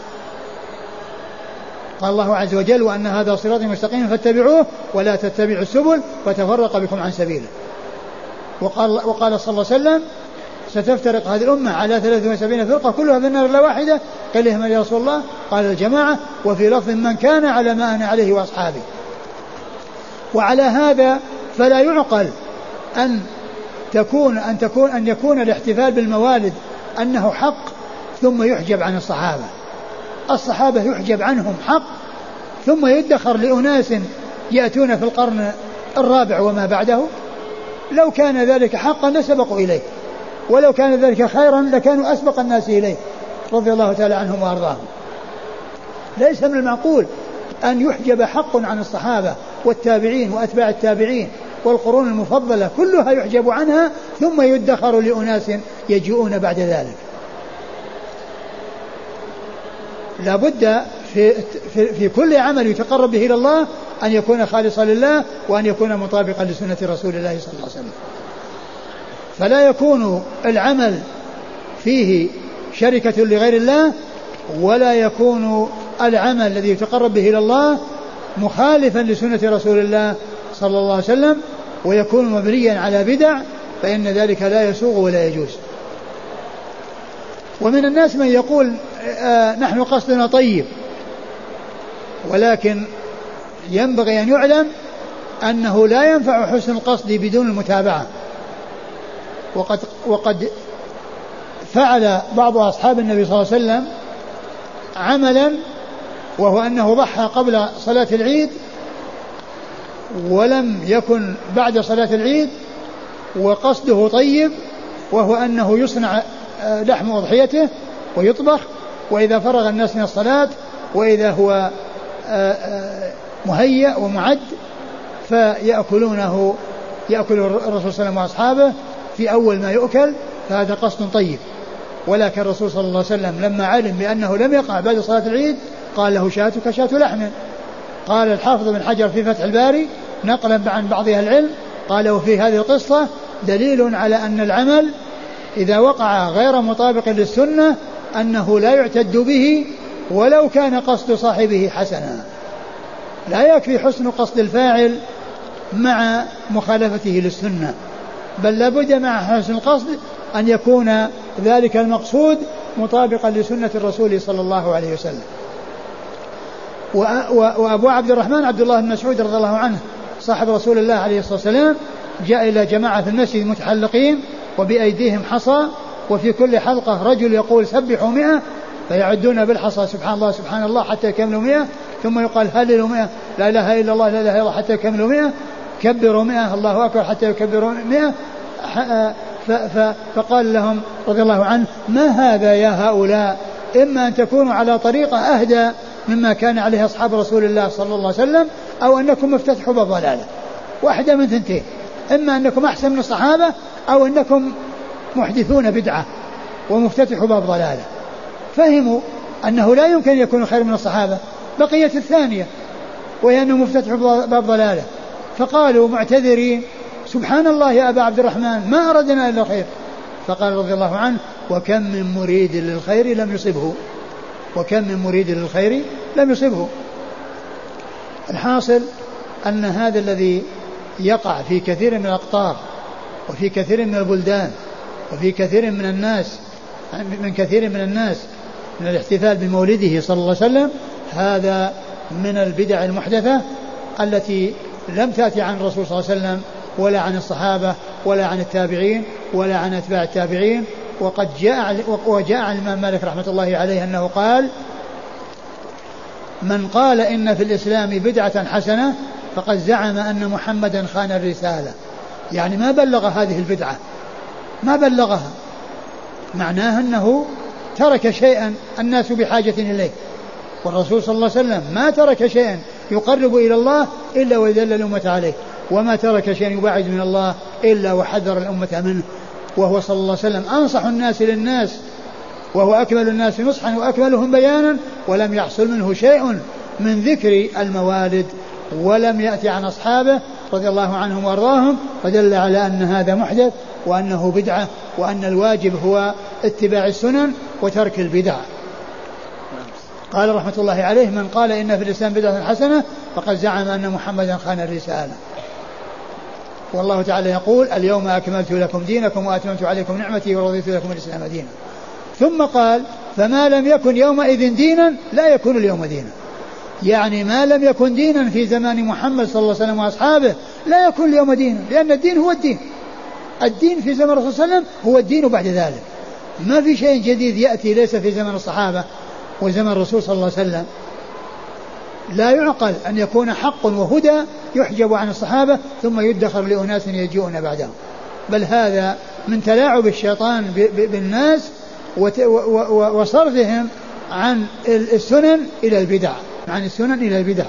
A: قال الله عز وجل: وأن هذا صراطي مستقيما فاتبعوه ولا تتبعوا السبل فتفرق بكم عن سبيله. وقال, وقال صلى الله عليه وسلم: ستفترق هذه الأمة على ثلاث وسبعين فرقة كلها في النار إلا واحدة. قال: لهم يا رسول الله؟ قال: الجماعة. وفي لفظ: من كان على ما أنا عليه وأصحابي. وعلى هذا فلا يعقل أن تكون أن تكون أن يكون الاحتفال بالموالد أنه حق ثم يحجب عن الصحابة. الصحابة يحجب عنهم حق ثم يدخر لأناس يأتون في القرن الرابع وما بعده. لو كان ذلك حقا لسبقوا إليه، ولو كان ذلك خيرا لكانوا أسبق الناس إليه رضي الله تعالى عنهم وأرضاهم. ليس من المعقول أن يحجب حق عن الصحابة والتابعين وأتباع التابعين والقرون المفضلة كلها يحجب عنها ثم يدخر لأناس يجيئون بعد ذلك. لا بد في, في, في كل عمل يتقرب به إلى الله أن يكون خالصا لله وأن يكون مطابقا لسنة رسول الله صلى الله عليه وسلم. فلا يكون العمل فيه شركة لغير الله، ولا يكون العمل الذي يتقرب به إلى الله مخالفا لسنة رسول الله صلى الله عليه وسلم ويكون مبنيا على بدع، فإن ذلك لا يسوغ ولا يجوز. ومن الناس من يقول آه نحن قصدنا طيب، ولكن ينبغي أن يعلم أنه لا ينفع حسن القصد بدون المتابعة. وقد, وقد فعل بعض أصحاب النبي صلى الله عليه وسلم عملا، وهو أنه ضحى قبل صلاة العيد ولم يكن بعد صلاة العيد، وقصده طيب، وهو أنه يصنع لحم أضحيته ويطبخ، وإذا فرغ الناس من الصلاة وإذا هو مهيأ ومعد فيأكلونه، يأكل الرسول صلى الله عليه وسلم وأصحابه في أول ما يؤكل، فهذا قصد طيب. ولكن الرسول صلى الله عليه وسلم لما علم بأنه لم يقع بعد صلاة العيد قال له: شاتك شات لحم. قال الحافظ بن حجر في فتح الباري نقلا عن بعض أهل العلم قال: وفي هذه القصة دليل على أن العمل إذا وقع غير مطابق للسنة أنه لا يعتد به ولو كان قصد صاحبه حسنا. لا يكفي حسن قصد الفاعل مع مخالفته للسنة، بل لابد مع حسن القصد أن يكون ذلك المقصود مطابقا لسنة الرسول صلى الله عليه وسلم. وأبو عبد الرحمن عبد الله بن مسعود رضي الله عنه صاحب رسول الله عليه الصلاة والسلام جاء إلى جماعة في المسجد متحلقين وبأيديهم حصى، وفي كل حلقة رجل يقول: سبحوا مئة، فيعدون بالحصى سبحان الله سبحان الله حتى يكملوا مئة، ثم يقال: هللوا مئة، لا إله إلا الله لا إله إلا الله حتى يكملوا مئة، كبروا مئة، الله أكبر حتى يكبروا مئة. فقال لهم رضي الله عنه: ما هذا يا هؤلاء؟ إما أن تكونوا على طريقة أهدى مما كان عليه أصحاب رسول الله صلى الله عليه وسلم، أو أنكم مفتتحوا باب ضلالة، واحدة من ثنتين، إما أنكم أحسن من الصحابة أو أنكم محدثون بدعة ومفتتحوا باب ضلالة. فهموا أنه لا يمكن أن يكونوا خير من الصحابة، بقية الثانية وهي أنهم مفتتحوا باب ضلالة، فقالوا معتذرين سبحان الله يا أبا عبد الرحمن ما أردنا إلا الخير. فقال رضي الله عنه وكم من مريد للخير لم يصبه، وكم من مريد للخير لم يصبه. الحاصل أن هذا الذي يقع في كثير من الأقطار وفي كثير من البلدان وفي كثير من الناس من كثير من الناس من الاحتفال بمولده صلى الله عليه وسلم، هذا من البدع المحدثة التي لم تأتي عن الرسول صلى الله عليه وسلم ولا عن الصحابة ولا عن التابعين ولا عن أتباع التابعين. وقد جاء وجاء عن الإمام مالك رحمة الله عليه أنه قال من قال إن في الإسلام بدعة حسنة فقد زعم أن محمدا خان الرسالة، يعني ما بلغ هذه البدعة، ما بلغها، معناه أنه ترك شيئا الناس بحاجة إليه، والرسول صلى الله عليه وسلم ما ترك شيئا يقرب إلى الله إلا وذل الأمة عليه، وما ترك شيئا يبعد من الله إلا وحذر الأمة منه، وهو صلى الله عليه وسلم أنصح الناس للناس، وهو أكمل الناس نصحا وأكملهم بيانا، ولم يحصل منه شيء من ذكر الموالد ولم يأتي عن أصحابه رضي الله عنهم وارضاهم، فدل على أن هذا محدث وأنه بدعة، وأن الواجب هو اتباع السنن وترك البدع. قال رحمة الله عليه من قال إن في الإسلام بدعة حسنة فقد زعم أن محمدا خان الرسالة. والله تعالى يقول اليوم أكملت لكم دينكم وأتممت عليكم نعمتي ورضيت لكم الإسلام دينا. ثم قال فما لم يكن يومئذ دينا لا يكون اليوم دينا، يعني ما لم يكن دينا في زمان محمد صلى الله عليه وسلم وأصحابه لا يكون اليوم دينا، لأن الدين هو الدين، الدين في زمن الرسول صلى الله عليه وسلم هو الدين بعد ذلك، ما في شيء جديد يأتي ليس في زمن الصحابة وزمن الرسول صلى الله عليه وسلم. لا يعقل أن يكون حق وهدى يحجب عن الصحابة ثم يدخر لأناس يجيئون بعدهم، بل هذا من تلاعب الشيطان بالناس وصرفهم عن السنن إلى البدع، عن السنن إلى البدع.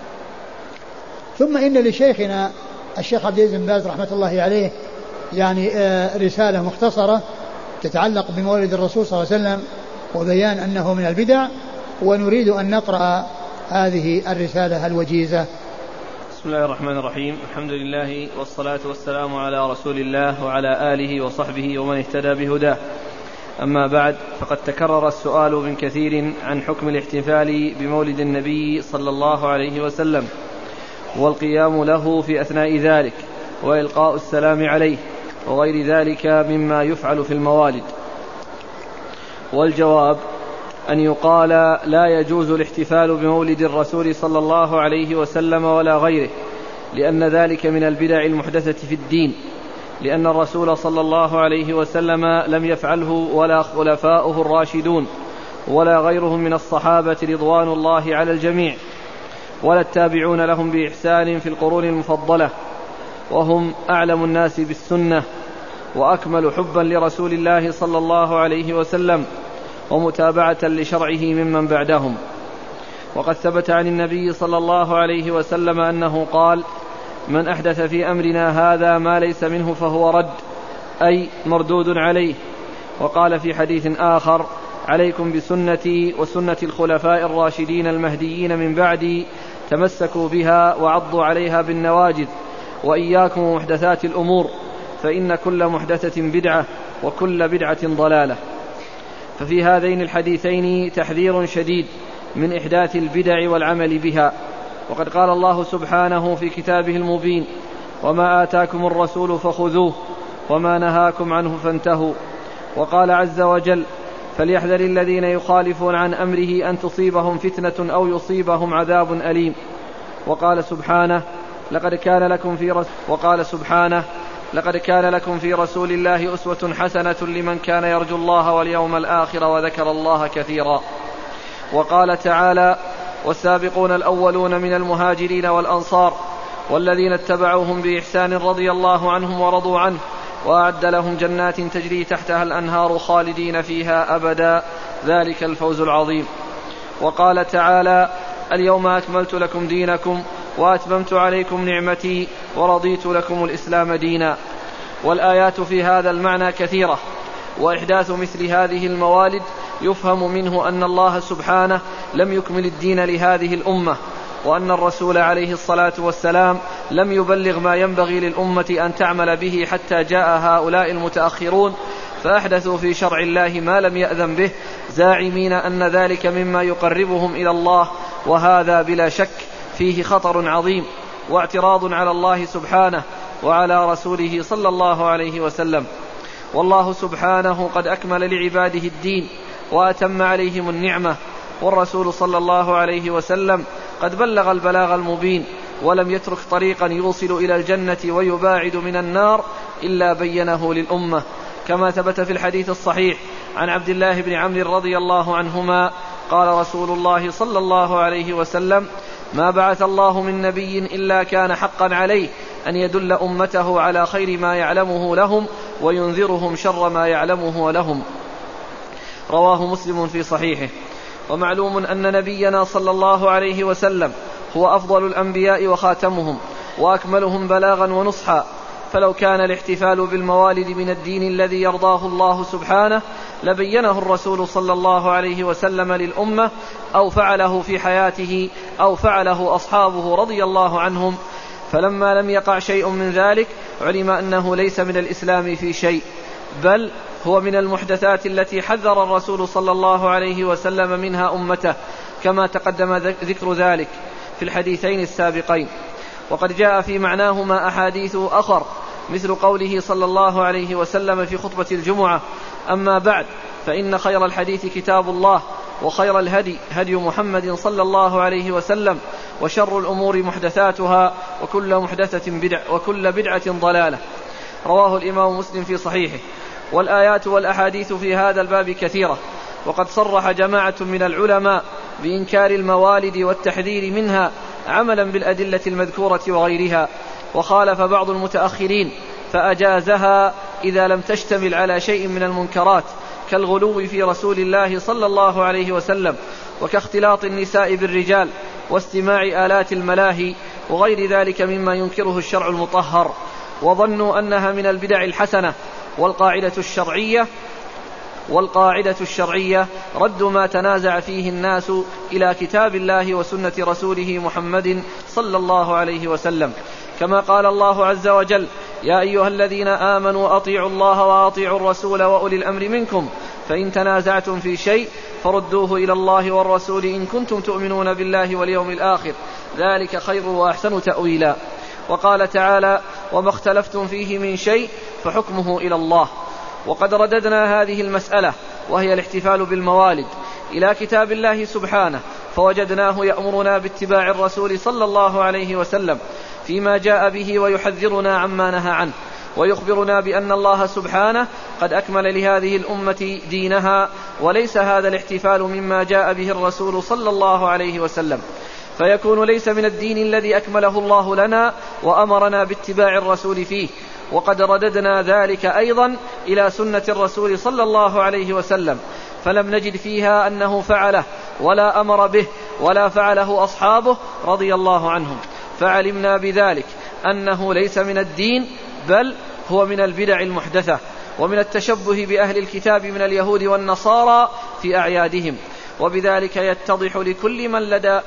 A: ثم إن لشيخنا الشيخ عبد العزيز بن باز رحمة الله عليه يعني رسالة مختصرة تتعلق بمولد الرسول صلى الله عليه وسلم وبيان أنه من البدع، ونريد أن نقرأ هذه الرسالة الوجيزة.
B: بسم الله الرحمن الرحيم، الحمد لله والصلاة والسلام على رسول الله وعلى آله وصحبه ومن اهتدى بهداه. أما بعد، فقد تكرر السؤال من كثير عن حكم الاحتفال بمولد النبي صلى الله عليه وسلم والقيام له في أثناء ذلك وإلقاء السلام عليه وغير ذلك مما يفعل في الموالد. والجواب أن يقال لا يجوز الاحتفال بمولد الرسول صلى الله عليه وسلم ولا غيره، لأن ذلك من البدع المحدثة في الدين، لأن الرسول صلى الله عليه وسلم لم يفعله ولا خلفاؤه الراشدون ولا غيرهم من الصحابة رضوان الله على الجميع، ولا التابعون لهم بإحسان في القرون المفضلة، وهم أعلم الناس بالسنة وأكمل حبا لرسول الله صلى الله عليه وسلم ومتابعة لشرعه ممن بعدهم. وقد ثبت عن النبي صلى الله عليه وسلم أنه قال من أحدث في أمرنا هذا ما ليس منه فهو رد، أي مردود عليه. وقال في حديث آخر عليكم بسنتي وسنة الخلفاء الراشدين المهديين من بعدي تمسكوا بها وعضوا عليها بالنواجذ، وإياكم محدثات الأمور فإن كل محدثة بدعة وكل بدعة ضلالة. ففي هذين الحديثين تحذير شديد من إحداث البدع والعمل بها. وقد قال الله سبحانه في كتابه المبين وما آتاكم الرسول فخذوه وما نهاكم عنه فانتهوا. وقال عز وجل فليحذر الذين يخالفون عن أمره أن تصيبهم فتنة أو يصيبهم عذاب أليم. وقال سبحانه لقد كان لكم في رسول وقال سبحانه لقد كان لكم في رسول الله أسوة حسنة لمن كان يرجو الله واليوم الآخر وذكر الله كثيرا. وقال تعالى والسابقون الأولون من المهاجرين والأنصار والذين اتبعوهم بإحسان رضي الله عنهم ورضوا عنه وأعد لهم جنات تجري تحتها الأنهار خالدين فيها أبدا ذلك الفوز العظيم. وقال تعالى: اليوم أكملت لكم دينكم وأتممت عليكم نعمتي ورضيت لكم الإسلام دينا. والآيات في هذا المعنى كثيرة، وإحداث مثل هذه الموالد يفهم منه أن الله سبحانه لم يكمل الدين لهذه الأمة، وأن الرسول عليه الصلاة والسلام لم يبلغ ما ينبغي للأمة أن تعمل به حتى جاء هؤلاء المتأخرون فأحدثوا في شرع الله ما لم يأذن به، زاعمين أن ذلك مما يقربهم إلى الله، وهذا بلا شك فيه خطر عظيم واعتراض على الله سبحانه وعلى رسوله صلى الله عليه وسلم. والله سبحانه قد أكمل لعباده الدين وأتم عليهم النعمة، والرسول صلى الله عليه وسلم قد بلغ البلاغ المبين، ولم يترك طريقا يوصل إلى الجنة ويباعد من النار إلا بينه للأمة، كما ثبت في الحديث الصحيح عن عبد الله بن عمرو رضي الله عنهما قال رسول الله صلى الله عليه وسلم: ما بعث الله من نبي إلا كان حقا عليه أن يدل أمته على خير ما يعلمه لهم وينذرهم شر ما يعلمه لهم. رواه مسلم في صحيحه. ومعلوم أن نبينا صلى الله عليه وسلم هو أفضل الأنبياء وخاتمهم وأكملهم بلاغا ونصحا، فلو كان الاحتفال بالموالد من الدين الذي يرضاه الله سبحانه لبينه الرسول صلى الله عليه وسلم للأمة، أو فعله في حياته أو فعله أصحابه رضي الله عنهم. فلما لم يقع شيء من ذلك علم أنه ليس من الإسلام في شيء، بل هو من المحدثات التي حذر الرسول صلى الله عليه وسلم منها أمته، كما تقدم ذكر ذلك في الحديثين السابقين. وقد جاء في معناهما أحاديث أخر، مثل قوله صلى الله عليه وسلم في خطبة الجمعة: أما بعد، فإن خير الحديث كتاب الله، وخير الهدي هدي محمد صلى الله عليه وسلم، وشر الأمور محدثاتها، وكل محدثة بدع، وكل بدعة ضلالة. رواه الإمام مسلم في صحيحه. والآيات والأحاديث في هذا الباب كثيرة، وقد صرح جماعة من العلماء بإنكار الموالد والتحذير منها عملا بالأدلة المذكورة وغيرها، وخالف بعض المتأخرين فأجازها إذا لم تشتمل على شيء من المنكرات كالغلو في رسول الله صلى الله عليه وسلم، وكاختلاط النساء بالرجال، واستماع آلات الملاهي، وغير ذلك مما ينكره الشرع المطهر، وظنوا أنها من البدع الحسنة. والقاعدة الشرعية والقاعدة الشرعية رد ما تنازع فيه الناس إلى كتاب الله وسنة رسوله محمد صلى الله عليه وسلم، كما قال الله عز وجل: يا أيها الذين آمنوا أطيعوا الله وأطيعوا الرسول وأولي الأمر منكم، فإن تنازعتم في شيء فردوه إلى الله والرسول إن كنتم تؤمنون بالله واليوم الآخر، ذلك خير وأحسن تأويلا. وقال تعالى: وما اختلفتم فيه من شيء فحكمه إلى الله. وقد رددنا هذه المسألة وهي الاحتفال بالموالد إلى كتاب الله سبحانه، فوجدناه يأمرنا باتباع الرسول صلى الله عليه وسلم فيما جاء به، ويحذرنا عما نهى عنه، ويخبرنا بأن الله سبحانه قد أكمل لهذه الأمة دينها، وليس هذا الاحتفال مما جاء به الرسول صلى الله عليه وسلم، فيكون ليس من الدين الذي أكمله الله لنا وأمرنا باتباع الرسول فيه. وقد رددنا ذلك أيضا إلى سنة الرسول صلى الله عليه وسلم، فلم نجد فيها أنه فعله ولا أمر به ولا فعله أصحابه رضي الله عنهم، فعلمنا بذلك أنه ليس من الدين، بل هو من البدع المحدثة، ومن التشبه بأهل الكتاب من اليهود والنصارى في أعيادهم. وبذلك يتضح لكل من لدى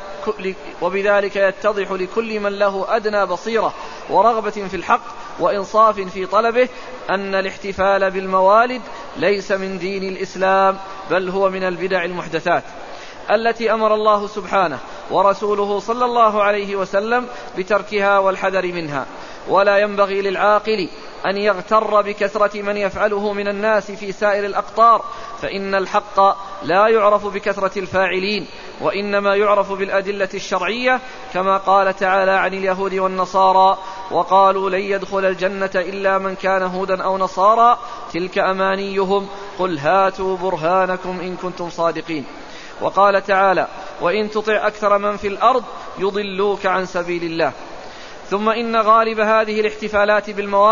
B: وبذلك يتضح لكل من له أدنى بصيرة ورغبة في الحق وإنصاف في طلبه أن الاحتفال بالموالد ليس من دين الإسلام، بل هو من البدع المحدثات التي أمر الله سبحانه ورسوله صلى الله عليه وسلم بتركها والحذر منها. ولا ينبغي للعاقل أن يغتر بكثرة من يفعله من الناس في سائر الأقطار، فإن الحق لا يعرف بكثرة الفاعلين، وإنما يعرف بالأدلة الشرعية، كما قال تعالى عن اليهود والنصارى: وقالوا لن يدخل الجنة إلا من كان هودا أو نصارى تلك أمانيهم قل هاتوا برهانكم إن كنتم صادقين. وقال تعالى: وإن تطع أكثر من في الأرض يضلوك عن سبيل الله. ثم إن غالب هذه الاحتفالات بالموالد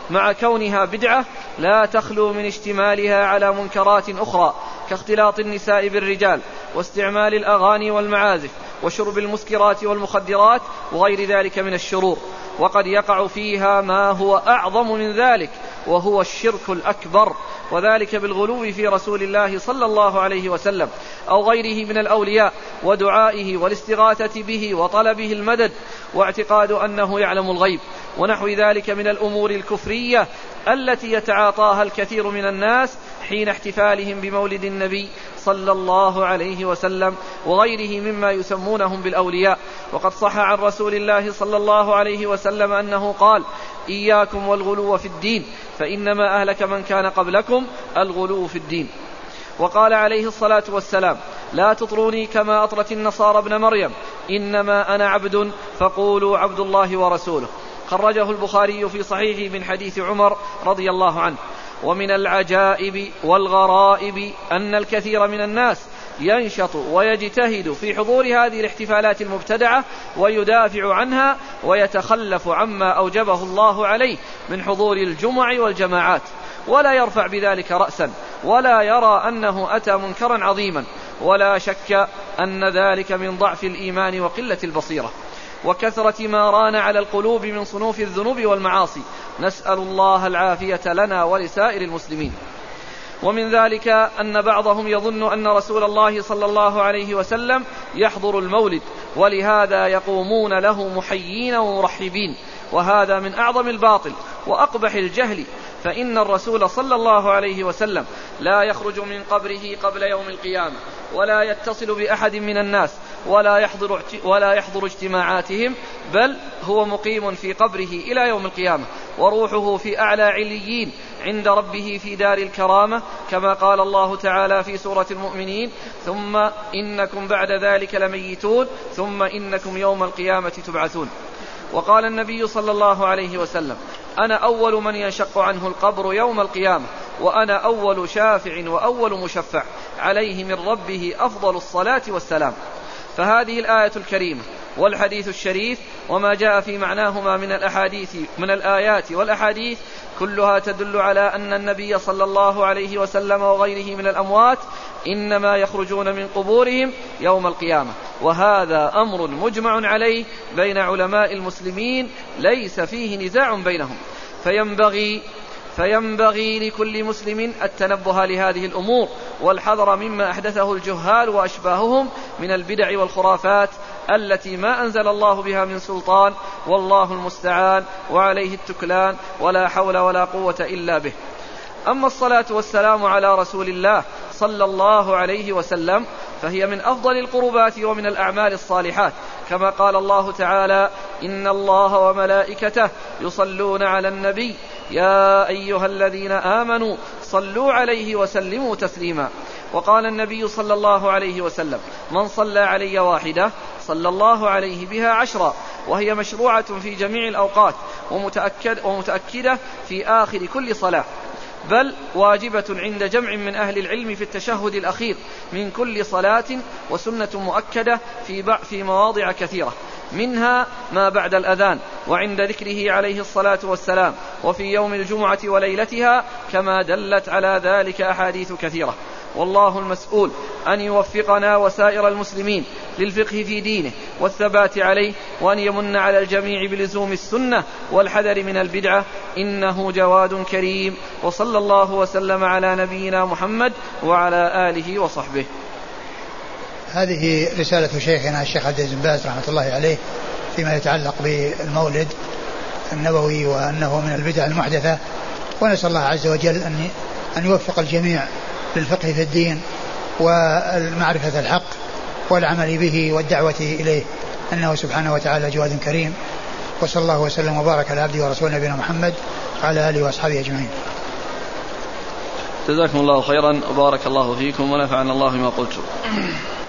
B: مع كونها بدعة لا تخلو من اشتمالها على منكرات أخرى كاختلاط النساء بالرجال واستعمال الأغاني والمعازف وشرب المسكرات والمخدرات وغير ذلك من الشرور، وقد يقع فيها ما هو أعظم من ذلك وهو الشرك الأكبر، وذلك بالغلو في رسول الله صلى الله عليه وسلم أو غيره من الأولياء ودعائه والاستغاثة به وطلبه المدد واعتقاد أنه يعلم الغيب ونحو ذلك من الأمور الكفرية التي يتعاطاها الكثير من الناس حين احتفالهم بمولد النبي صلى الله عليه وسلم وغيره مما يسمونهم بالأولياء. وقد صح عن رسول الله صلى الله عليه وسلم أنه قال: إياكم والغلو في الدين فإنما أهلك من كان قبلكم الغلو في الدين. وقال عليه الصلاة والسلام: لا تطروني كما أطرت النصارى ابن مريم، إنما أنا عبد فقولوا عبد الله ورسوله. خرجه البخاري في صحيحه من حديث عمر رضي الله عنه. ومن العجائب والغرائب أن الكثير من الناس ينشط ويجتهد في حضور هذه الاحتفالات المبتدعة ويدافع عنها ويتخلف عما أوجبه الله عليه من حضور الجمع والجماعات، ولا يرفع بذلك رأسا ولا يرى أنه أتى منكرا عظيما، ولا شك أن ذلك من ضعف الإيمان وقلة البصيرة وكثرة ما ران على القلوب من صنوف الذنوب والمعاصي، نسأل الله العافية لنا ولسائر المسلمين. ومن ذلك أن بعضهم يظن أن رسول الله صلى الله عليه وسلم يحضر المولد ولهذا يقومون له محيين ومرحبين، وهذا من أعظم الباطل وأقبح الجهل، فإن الرسول صلى الله عليه وسلم لا يخرج من قبره قبل يوم القيامة ولا يتصل بأحد من الناس ولا يحضر, ولا يحضر اجتماعاتهم، بل هو مقيم في قبره إلى يوم القيامة وروحه في أعلى عليين عند ربه في دار الكرامة، كما قال الله تعالى في سورة المؤمنين: ثم إنكم بعد ذلك لميتون ثم إنكم يوم القيامة تبعثون. وقال النبي صلى الله عليه وسلم: أنا أول من ينشق عنه القبر يوم القيامة وأنا أول شافع وأول مشفع عليه من ربه أفضل الصلاة والسلام. فهذه الآية الكريمة والحديث الشريف وما جاء في معناهما من الأحاديث من الآيات والأحاديث كلها تدل على أن النبي صلى الله عليه وسلم وغيره من الأموات إنما يخرجون من قبورهم يوم القيامة، وهذا أمر مجمع عليه بين علماء المسلمين ليس فيه نزاع بينهم، فينبغي فينبغي لكل مسلم التنبه لهذه الأمور والحذر مما أحدثه الجهال وأشباههم من البدع والخرافات التي ما أنزل الله بها من سلطان، والله المستعان وعليه التكلان ولا حول ولا قوة إلا به. أما الصلاة والسلام على رسول الله صلى الله عليه وسلم فهي من أفضل القربات ومن الأعمال الصالحات، كما قال الله تعالى: إن الله وملائكته يصلون على النبي يا أيها الذين آمنوا صلوا عليه وسلموا تسليما. وقال النبي صلى الله عليه وسلم: من صلى علي واحدة صلى الله عليه بها عشرا، وهي مشروعة في جميع الأوقات ومتأكد ومتأكدة في آخر كل صلاة، بل واجبة عند جمع من أهل العلم في التشهد الأخير من كل صلاة، وسنة مؤكدة في في مواضع كثيرة، منها ما بعد الأذان وعند ذكره عليه الصلاة والسلام وفي يوم الجمعة وليلتها، كما دلت على ذلك أحاديث كثيرة. والله المسؤول أن يوفقنا وسائر المسلمين للفقه في دينه والثبات عليه، وأن يمن على الجميع بلزوم السنة والحذر من البدعة، إنه جواد كريم. وصلى الله وسلم على نبينا محمد وعلى آله وصحبه.
A: هذه رسالة شيخنا الشيخ عبد العزيز بن باز رحمة الله عليه فيما يتعلق بالمولد النبوي وأنه من البدع المحدثة، ونسأل الله عز وجل أن أن يوفق الجميع للفقه في الدين والمعرفة الحق والعمل به والدعوة إليه، أنه سبحانه وتعالى جواد كريم. وصلى الله وسلم وبارك على عبده ورسوله نبينا محمد وعلى آله وأصحابه أجمعين.
B: جزاكم الله خيرا وبارك الله فيكم ونفعنا الله ما قلتم.